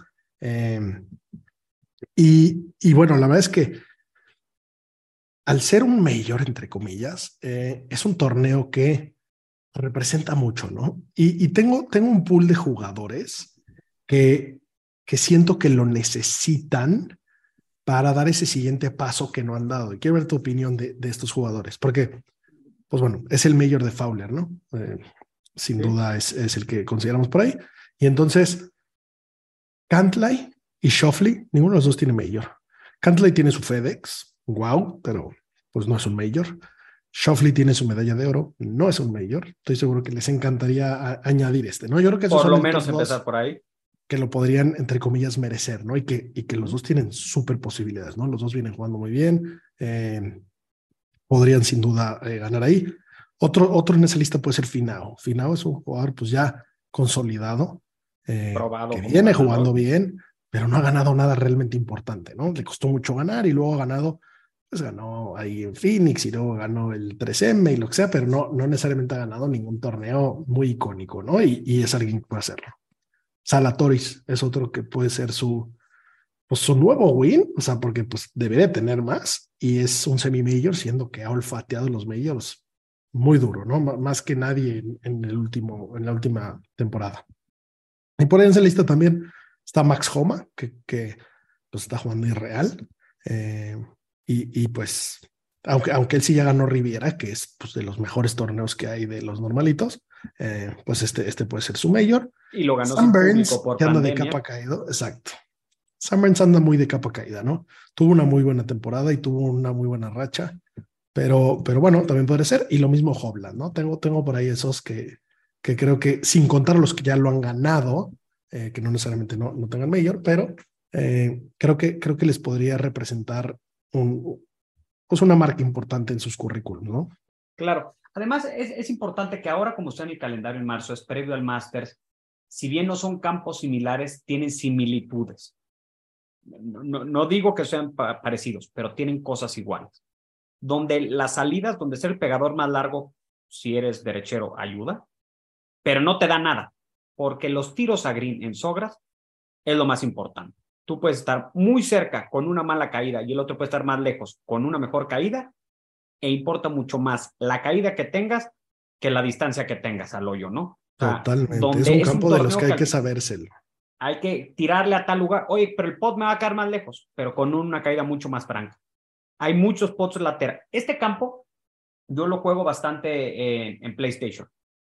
Y bueno, la verdad es que al ser un major, entre comillas, es un torneo que representa mucho, ¿no? Y tengo un pool de jugadores que siento que lo necesitan para dar ese siguiente paso que no han dado. Y quiero ver tu opinión de estos jugadores, porque, pues bueno, es el major de Fowler, ¿no? Sin duda es el que consideramos por ahí. Y entonces, Cantlay y Schauffele, ninguno de los dos tiene major. Cantlay tiene su FedEx, wow, pero pues no es un major. Schauffele tiene su medalla de oro, no es un major. Estoy seguro que les encantaría añadir ¿no? Yo creo que esos por lo menos empezar por ahí. Que lo podrían, entre comillas, merecer, ¿no? Y que los dos tienen súper posibilidades, ¿no? Los dos vienen jugando muy bien, podrían sin duda ganar ahí. Otro en esa lista puede ser Finau. Finau es un jugador pues ya consolidado, probado, que viene jugando bien, pero no ha ganado nada realmente importante, ¿no? Le costó mucho ganar y luego ha ganado, pues ganó ahí en Phoenix y luego ganó el 3M y lo que sea, pero no necesariamente ha ganado ningún torneo muy icónico, ¿no? Y es alguien que puede hacerlo. Salatoris es otro que puede ser su nuevo win, o sea, porque pues debería tener más y es un semi-major, siendo que ha olfateado los majors muy duro, ¿no? Más que nadie en la última temporada. Y por ahí en esa lista también está Max Homa, que pues está jugando irreal, y pues aunque él sí ya ganó Riviera, que es pues de los mejores torneos que hay de los normalitos, pues este puede ser su major. Y lo ganó Sam sin Burns, público por que anda pandemia. de capa caído, exacto. Sam Burns anda muy de capa caída, ¿no? Tuvo una muy buena temporada y tuvo una muy buena racha, pero bueno, también puede ser. Y lo mismo Hovland, ¿no? Tengo por ahí esos que creo que, sin contar los que ya lo han ganado, que no necesariamente no tengan mayor, pero creo que les podría representar pues una marca importante en sus currículums, ¿no? Claro. Además, es importante que ahora, como está en el calendario en marzo, es previo al Masters, si bien no son campos similares, tienen similitudes. No digo que sean parecidos, pero tienen cosas iguales. Donde las salidas, donde ser el pegador más largo, si eres derechero, ayuda, pero no te da nada, porque los tiros a green en Sawgrass es lo más importante. Tú puedes estar muy cerca con una mala caída y el otro puede estar más lejos con una mejor caída, e importa mucho más la caída que tengas que la distancia que tengas al hoyo, ¿no? Totalmente. Es un campo de los que hay que sabérselo. Hay que tirarle a tal lugar. Oye, pero el pot me va a caer más lejos, pero con una caída mucho más franca. Hay muchos pots laterales. Este campo yo lo juego bastante en PlayStation.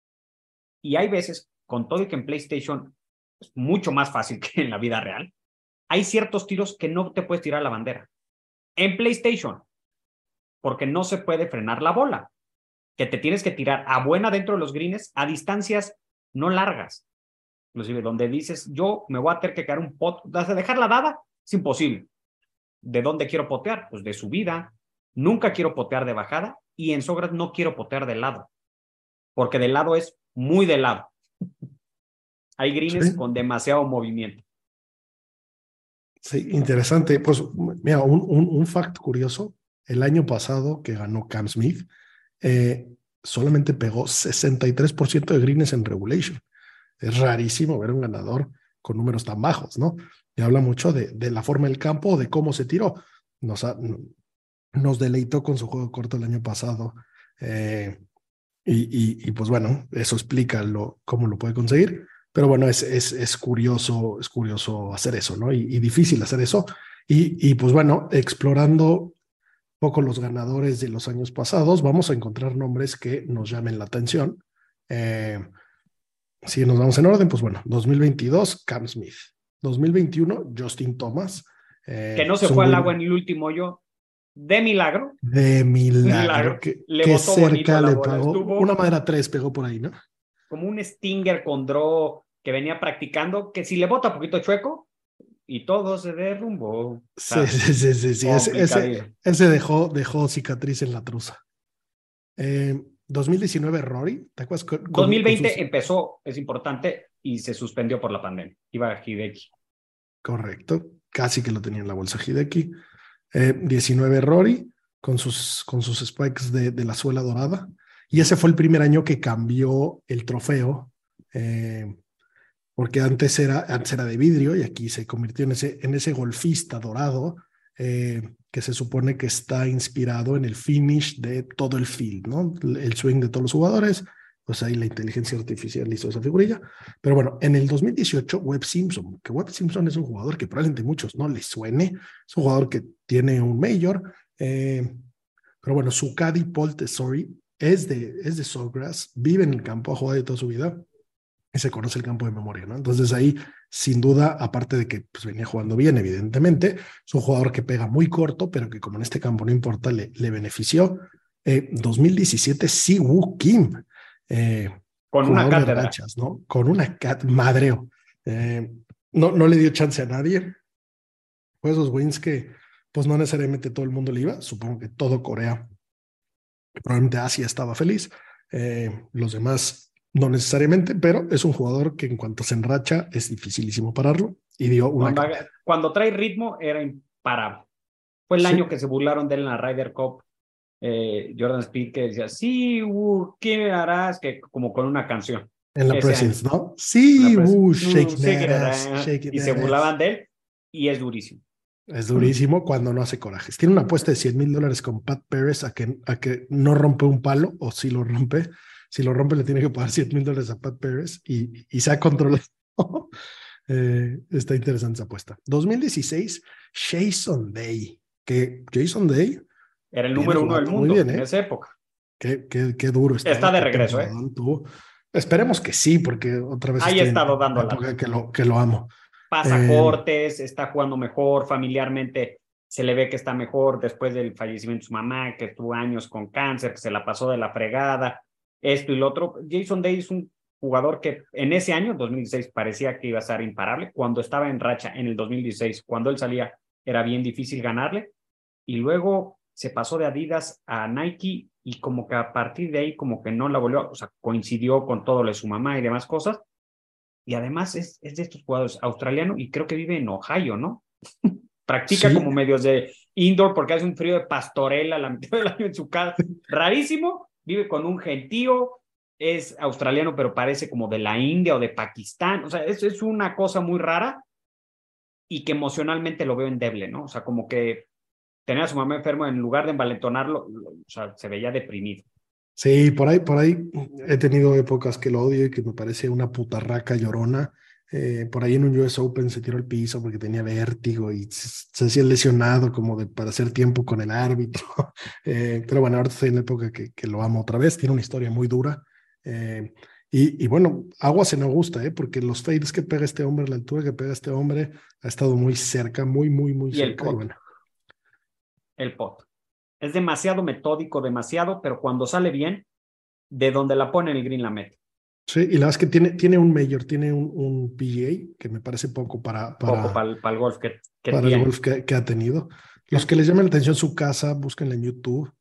Y hay veces, con todo y que en PlayStation es mucho más fácil que en la vida real, hay ciertos tiros que no te puedes tirar la bandera. En PlayStation, porque no se puede frenar la bola, que te tienes que tirar a buena dentro de los greens a distancias no largas. Inclusive donde dices, yo me voy a tener que caer un pot, dejarla dada, es imposible. ¿De dónde quiero potear? Pues de subida. Nunca quiero potear de bajada y en Sawgrass no quiero potear de lado, porque de lado es muy de lado. Hay greens con demasiado movimiento. Sí, interesante. Pues mira, un fact curioso, el año pasado que ganó Cam Smith, solamente pegó 63% de greens en regulation. Es rarísimo ver un ganador con números tan bajos, ¿no? Y habla mucho de la forma del campo, de cómo se tiró. Nos deleitó con su juego corto el año pasado. Y pues bueno, eso explica cómo lo puede conseguir. Pero bueno, es curioso hacer eso, ¿no? Y difícil hacer eso. Y pues bueno, explorando un poco los ganadores de los años pasados, vamos a encontrar nombres que nos llamen la atención. Si nos vamos en orden, pues bueno, 2022, Cam Smith. 2021, Justin Thomas. Que no se fue al agua en el último hoyo. De milagro. De milagro. Que cerca le pegó. Una madera 3 pegó por ahí, ¿no? Como un stinger con draw que venía practicando, que si le bota poquito chueco y todo se derrumbó. Sí. Ese dejó cicatriz en la truza. 2019 Rory, ¿te acuerdas? 2020 empezó, es importante, y se suspendió por la pandemia. Iba a Hideki. Correcto, casi que lo tenía en la bolsa Hideki. 19 Rory con sus spikes de la suela dorada. Y ese fue el primer año que cambió el trofeo, porque antes era de vidrio y aquí se convirtió en ese golfista dorado, que se supone que está inspirado en el finish de todo el field, ¿no? El swing de todos los jugadores, pues ahí la inteligencia artificial hizo esa figurilla. Pero bueno, en el 2018, Webb Simpson, que Webb Simpson es un jugador que probablemente a muchos no les suene, es un jugador que tiene un major, pero bueno, su caddy Paul Tesori es de Sawgrass, vive en el campo, ha jugado de toda su vida y se conoce el campo de memoria, ¿no? Entonces ahí, sin duda, aparte de que pues, venía jugando bien, evidentemente, es un jugador que pega muy corto, pero que como en este campo no importa, le benefició. 2017, Si-Woo Kim. Con una cátedra. Rachas, ¿no? Con una madreo. No le dio chance a nadie. Fue esos wins que pues no necesariamente todo el mundo le iba. Supongo que todo Corea, probablemente Asia estaba feliz. Los demás no necesariamente, pero es un jugador que en cuanto se enracha es dificilísimo pararlo y dio una... Cuando trae ritmo era imparable. Fue el año que se burlaron de él en la Ryder Cup. Jordan Speed que decía, sí, ¿qué harás? Que como con una canción. En la Presence, ¿no? Sí, shake that ass, shake it. Y se burlaban de él y es durísimo. Es durísimo cuando no hace corajes. Tiene una apuesta de $100,000 con Pat Perez a que no rompe un palo, o si lo rompe. Si lo rompe, le tiene que pagar $100,000 a Pat Perez y se ha controlado. Está interesante esa apuesta. 2016, Jason Day. Que Jason Day era el número 1 del mundo bien, en esa época. Qué duro está. Está de regreso, Esperemos que sí, porque otra vez ahí he estado dando que lo amo. pasa cortes, está jugando mejor, familiarmente se le ve que está mejor después del fallecimiento de su mamá, que estuvo años con cáncer, que se la pasó de la fregada, esto y lo otro. Jason Day es un jugador que en ese año, 2016, parecía que iba a ser imparable. Cuando estaba en racha en el 2016, cuando él salía, era bien difícil ganarle. Y luego se pasó de Adidas a Nike y como que a partir de ahí como que no la volvió, o sea, coincidió con todo lo de su mamá y demás cosas. Y además es de estos jugadores australiano y creo que vive en Ohio, ¿no? Practica como medios de indoor porque hace un frío de pastorela a la mitad del año en su casa. Rarísimo, vive con un gentío, es australiano pero parece como de la India o de Pakistán. O sea, es una cosa muy rara y que emocionalmente lo veo endeble, ¿no? O sea, como que tener a su mamá enfermo en lugar de envalentonarlo, o sea, se veía deprimido. Sí, por ahí he tenido épocas que lo odio y que me parece una putarraca llorona. Por ahí en un US Open se tiró al piso porque tenía vértigo y se hacía lesionado como para hacer tiempo con el árbitro. Pero bueno, ahora estoy en la época que lo amo otra vez. Tiene una historia muy dura. Y bueno, aguas en Augusta, porque los fades que pega este hombre, la altura que pega este hombre, ha estado muy cerca, muy, muy, muy cerca. Y bueno. El pot. Es demasiado metódico, demasiado, pero cuando sale bien, de donde la pone en el green la mete. Sí, y la verdad es que tiene un Major, tiene un PGA, que me parece poco para el golf para el golf que ha tenido. Los que les llamen la atención su casa, búsquenla en YouTube.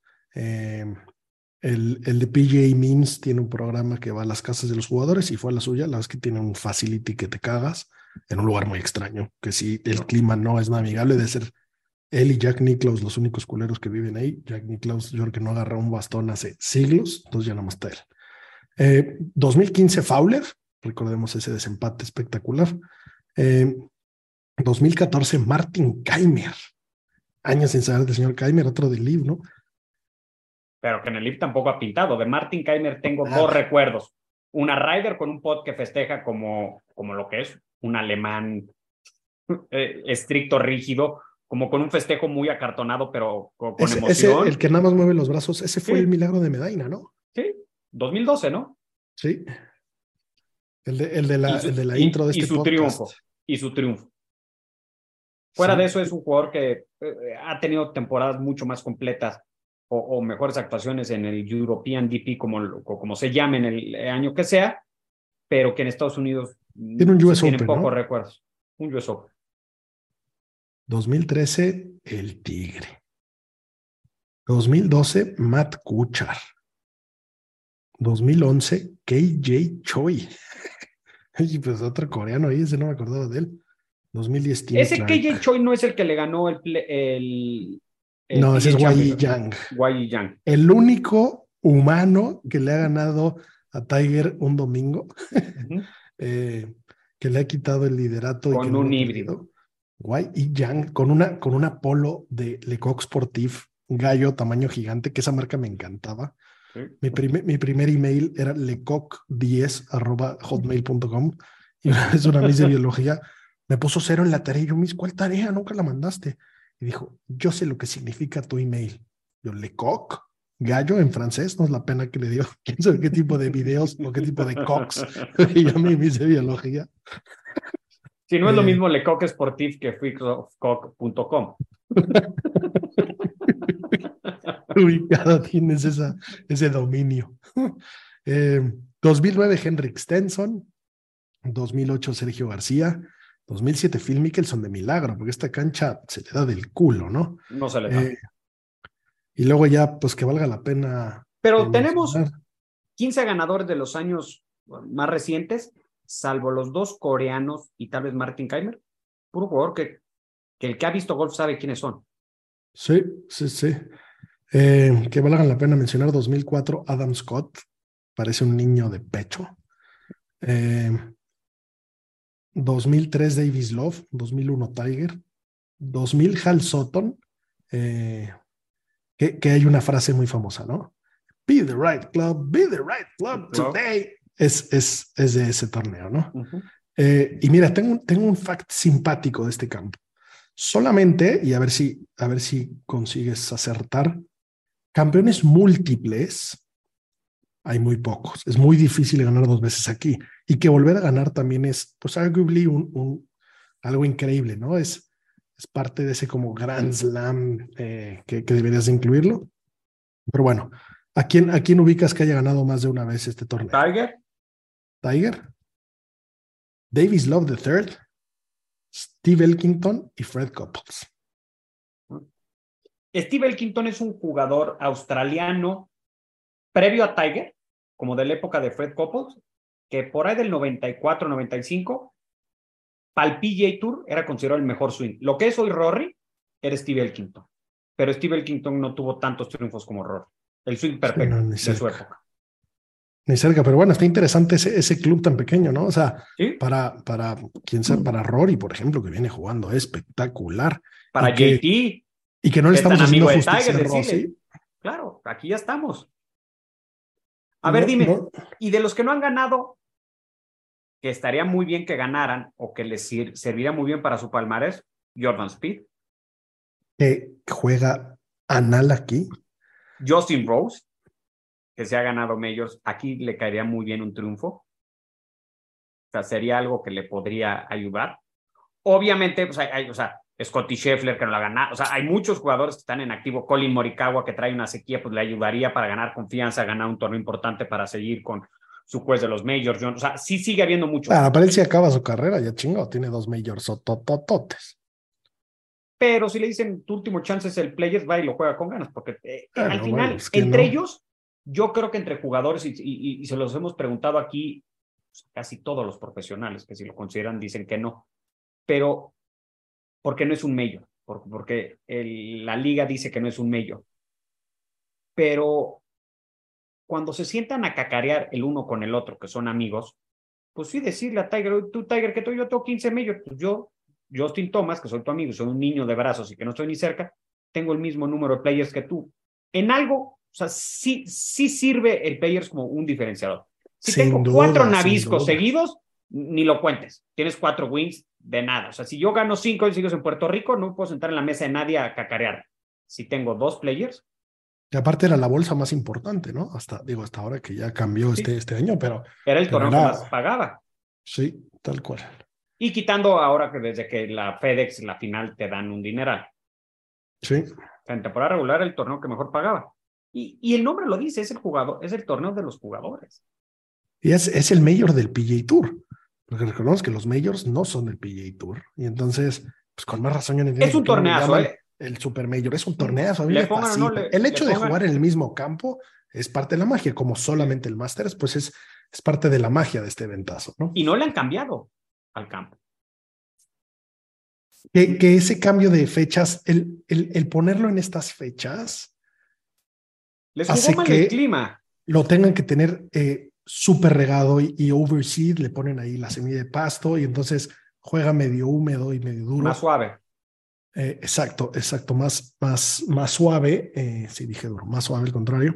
El de PGA Memes tiene un programa que va a las casas de los jugadores y fue a la suya. La verdad es que tiene un facility que te cagas en un lugar muy extraño, que si el clima no es navegable, de ser él y Jack Nicklaus los únicos culeros que viven ahí. Jack Nicklaus, yo creo que no agarra un bastón hace siglos, entonces ya no más está él. 2015 Fowler, recordemos ese desempate espectacular. 2014 Martin Kaymer, años sin saber del señor Kaymer, otro del LIV, ¿no? Pero que en el LIV tampoco ha pintado. De Martin Kaymer tengo dos recuerdos. Una Ryder con un pot que festeja como lo que es un alemán estricto, rígido, como con un festejo muy acartonado, pero con emoción. Ese, el que nada más mueve los brazos, ese fue el milagro de Medina, ¿no? Sí, 2012, ¿no? Sí. El de la intro de este podcast. Y su triunfo. Fuera de eso, es un jugador que ha tenido temporadas mucho más completas o mejores actuaciones en el European DP, como se llame en el año que sea, pero que en Estados Unidos tiene un US Open, tienen pocos recuerdos. Un US Open. 2013, el Tigre. 2012, Matt Kuchar. 2011, KJ Choi. Pues otro coreano ahí, ese no me acordaba de él. 2010, Tim ese Clark. KJ Choi no es el que le ganó el no, ese es Wai Yang. El único humano que le ha ganado a Tiger un domingo, que le ha quitado el liderato. Con un híbrido. Wai Yang, con una polo de Lecoq Sportif, gallo tamaño gigante, que esa marca me encantaba. Sí. Mi primer email era lecoq10@hotmail.com y una vez una miss de biología me puso 0 en la tarea y yo, Miss, ¿cuál tarea? Nunca la mandaste. Y dijo, yo sé lo que significa tu email. Yo, Lecoq, gallo en francés, no es la pena que le dio. ¿Quién sabe qué tipo de videos o qué tipo de cox? Y yo me hice biología. Si no es lo mismo Lecoq Sportif que freakofcock.com. Ubicado tienes ese dominio. 2009 Henrik Stenson, 2008 Sergio García, 2007 Phil Mickelson de milagro, porque esta cancha se le da del culo, ¿no? No se le da. Y luego ya, pues que valga la pena. Pero tenemos 15 ganadores de los años más recientes, salvo los dos coreanos y tal vez Martin Kaymer. Puro jugador que el que ha visto golf sabe quiénes son. Sí. Que valga la pena mencionar 2004 Adam Scott, parece un niño de pecho. 2003 Davis Love, 2001 Tiger, 2000 Hal Sutton, que hay una frase muy famosa, ¿no? Be the right club today. Es de ese torneo, ¿no? Y mira, tengo un fact simpático de este campo. Solamente, y a ver si consigues acertar, campeones múltiples hay muy pocos. Es muy difícil ganar 2 veces aquí. Y que volver a ganar también es, pues, arguably un algo increíble, ¿no? Es parte de ese como Grand Slam que deberías de incluirlo. Pero bueno, ¿a quién ubicas que haya ganado más de una vez este torneo? Tiger, Davis Love III, Steve Elkington y Fred Couples. Steve Elkington es un jugador australiano previo a Tiger, como de la época de Fred Couples, que por ahí del 94-95, para el PGA Tour era considerado el mejor swing. Lo que es hoy Rory era Steve Elkington, pero Steve Elkington no tuvo tantos triunfos como Rory. El swing perfecto Sí, no, de su época. Ni cerca, pero bueno, está interesante ese club tan pequeño, ¿no? O sea, ¿Sí? para quién sabe, para Rory, por ejemplo, que viene jugando espectacular. Para JT. Y que no le estamos haciendo justicia a Rossi. Claro, aquí ya estamos. A ver, dime, y de los que no han ganado, que estaría muy bien que ganaran o que les serviría muy bien para su palmarés, Jordan Spieth. Que juega anal aquí. Justin Rose, que se ha ganado majors, aquí le caería muy bien un triunfo. O sea, sería algo que le podría ayudar. Obviamente, pues Scottie Scheffler que no la ha ganado. O sea, hay muchos jugadores que están en activo. Collin Morikawa, que trae una sequía, pues le ayudaría para ganar confianza, ganar un torneo importante para seguir con su quest de los majors. O sea, sí sigue habiendo mucho. Claro, para él sí acaba su carrera, ya chingado, tiene 2 majors totototes. Pero si le dicen tu último chance es el Players, va y lo juega con ganas, porque al final, bueno, es que entre no. ellos, yo creo que entre jugadores, y se los hemos preguntado aquí, pues, casi todos los profesionales que si lo consideran dicen que no, pero porque no es un major, porque la liga dice que no es un major. Pero cuando se sientan a cacarear el uno con el otro, que son amigos, pues sí decirle a Tiger, tú Tiger, que yo tengo 15 majors, pues yo, Justin Thomas, que soy tu amigo, soy un niño de brazos y que no estoy ni cerca, tengo el mismo número de players que tú. En algo, o sea, sí sirve el players como un diferenciador. Si tengo 4 Nabiscos seguidos, ni lo cuentes. Tienes 4 wins de nada. O sea, si yo gano 5 seguidos en Puerto Rico, no puedo sentar en la mesa de nadie a cacarear. Si tengo 2 players. Y aparte era la bolsa más importante, ¿no? Hasta ahora que ya cambió sí. este año, pero... Era el torneo que más pagaba. Sí, tal cual. Y quitando ahora que desde que la FedEx, la final, te dan un dineral. Sí. O sea, en temporada regular, el torneo que mejor pagaba. Y el nombre lo dice, es el torneo de los jugadores. Y es el mayor del PGA Tour. Porque recordemos que los majors no son del PGA Tour. Y entonces, pues con más razón yo no entiendo. Es un torneazo, El Super Major es un torneazo. A mí le me pongan, fascina. no, el hecho de jugar en el mismo campo es parte de la magia, como solamente el Masters, pues es parte de la magia de este eventazo, ¿no? Y no le han cambiado al campo. Que ese cambio de fechas, el ponerlo en estas fechas, les hace jugó mal que el clima. Lo tengan que tener súper regado y overseed, le ponen ahí la semilla de pasto y entonces juega medio húmedo y medio duro. Más suave. Exacto, más suave, sí dije duro, más suave al contrario.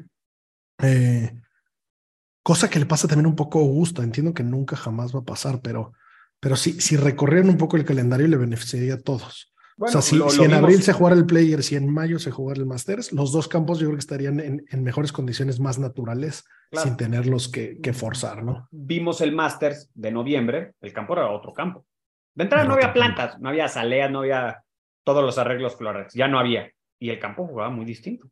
Cosa que le pasa también un poco a Augusta, entiendo que nunca jamás va a pasar, pero si recorrieran un poco el calendario le beneficiaría a todos. Bueno, o sea, si en abril se jugara el Players y en mayo se jugara el Masters, los dos campos yo creo que estarían en mejores condiciones, más naturales, claro, sin tenerlos que forzar, ¿no? Vimos el Masters de noviembre, el campo era otro campo. De entrada no había plantas, no había azaleas, no había todos los arreglos florales, ya no había. Y el campo jugaba muy distinto.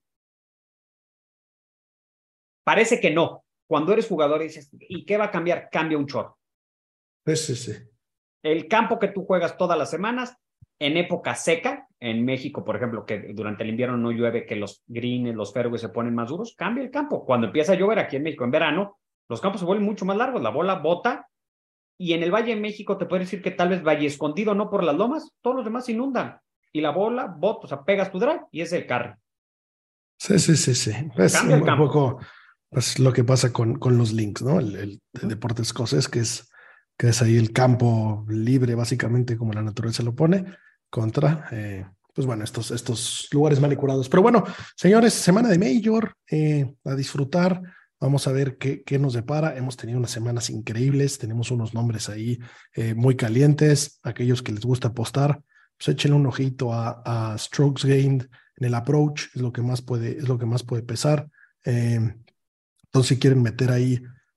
Parece que no. Cuando eres jugador y dices, ¿y qué va a cambiar? Cambia un chorro. Sí. El campo que tú juegas todas las semanas, en época seca, en México, por ejemplo, que durante el invierno no llueve, que los greens, los fairways se ponen más duros, cambia el campo. Cuando empieza a llover aquí en México en verano, los campos se vuelven mucho más largos, la bola bota, y en el Valle de México te puedo decir que tal vez Valle Escondido, no por las lomas, todos los demás se inundan, y la bola bota, o sea, pegas tu drive y es el carry. Sí. Es un poco pues, lo que pasa con los links, ¿no? El deporte escocés, que es ahí el campo libre, básicamente, como la naturaleza lo pone, contra, pues bueno, estos lugares manicurados. Pero bueno, señores, semana de Major, a disfrutar. Vamos a ver qué nos depara. Hemos tenido unas semanas increíbles, tenemos unos nombres ahí muy calientes. Aquellos que les gusta apostar, pues échenle un ojito a strokes gained en el approach, es lo que más puede pesar. Entonces, si quieren meter ahí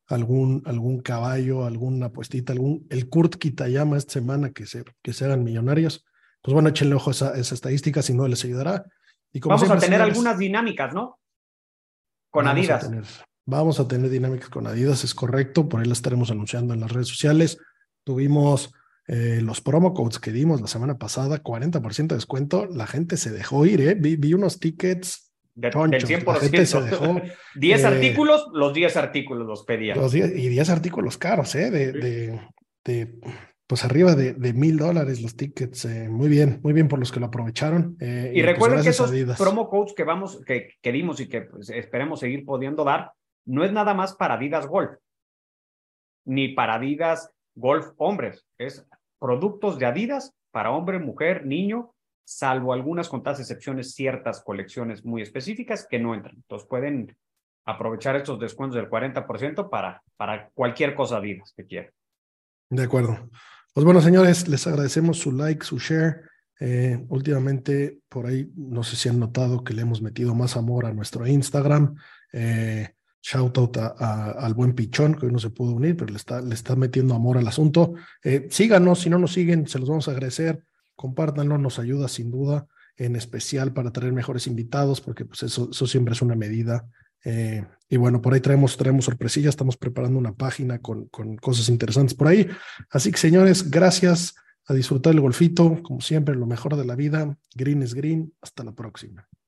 algún caballo, alguna apuestita, el Kurt Kitayama esta semana que se hagan millonarios. Pues bueno, échenle ojo a esa estadística, si no les ayudará. Y como Vamos siempre, a tener señores, algunas dinámicas, ¿no? Con vamos Adidas. Vamos a tener dinámicas con Adidas, es correcto. Por ahí la estaremos anunciando en las redes sociales. Tuvimos los promo codes que dimos la semana pasada, 40% de descuento. La gente se dejó ir, ¿eh? Vi unos tickets Del chonchos. 100%. La gente se dejó. 10 artículos, los 10 artículos los pedía. Y 10 artículos caros, ¿eh? Pues arriba de $1,000 los tickets. Muy bien por los que lo aprovecharon. Y recuerden pues que esos Adidas. promo codes que dimos y que pues, esperemos seguir pudiendo dar, no es nada más para Adidas Golf, ni para Adidas Golf hombres, es productos de Adidas para hombre, mujer, niño, salvo algunas contadas excepciones, ciertas colecciones muy específicas que no entran. Entonces pueden aprovechar estos descuentos del 40% para cualquier cosa Adidas que quieran. De acuerdo. Pues bueno, señores, les agradecemos su like, su share. Últimamente, por ahí, no sé si han notado que le hemos metido más amor a nuestro Instagram. Shout out al buen Pichón, que hoy no se pudo unir, pero le está metiendo amor al asunto. Síganos, si no nos siguen, se los vamos a agradecer. Compártanlo, nos ayuda sin duda, en especial para traer mejores invitados, porque pues eso siempre es una medida. Y bueno, por ahí traemos sorpresillas, estamos preparando una página con cosas interesantes por ahí. Así que, señores, gracias, a disfrutar el golfito, como siempre, lo mejor de la vida. Green es green. Hasta la próxima.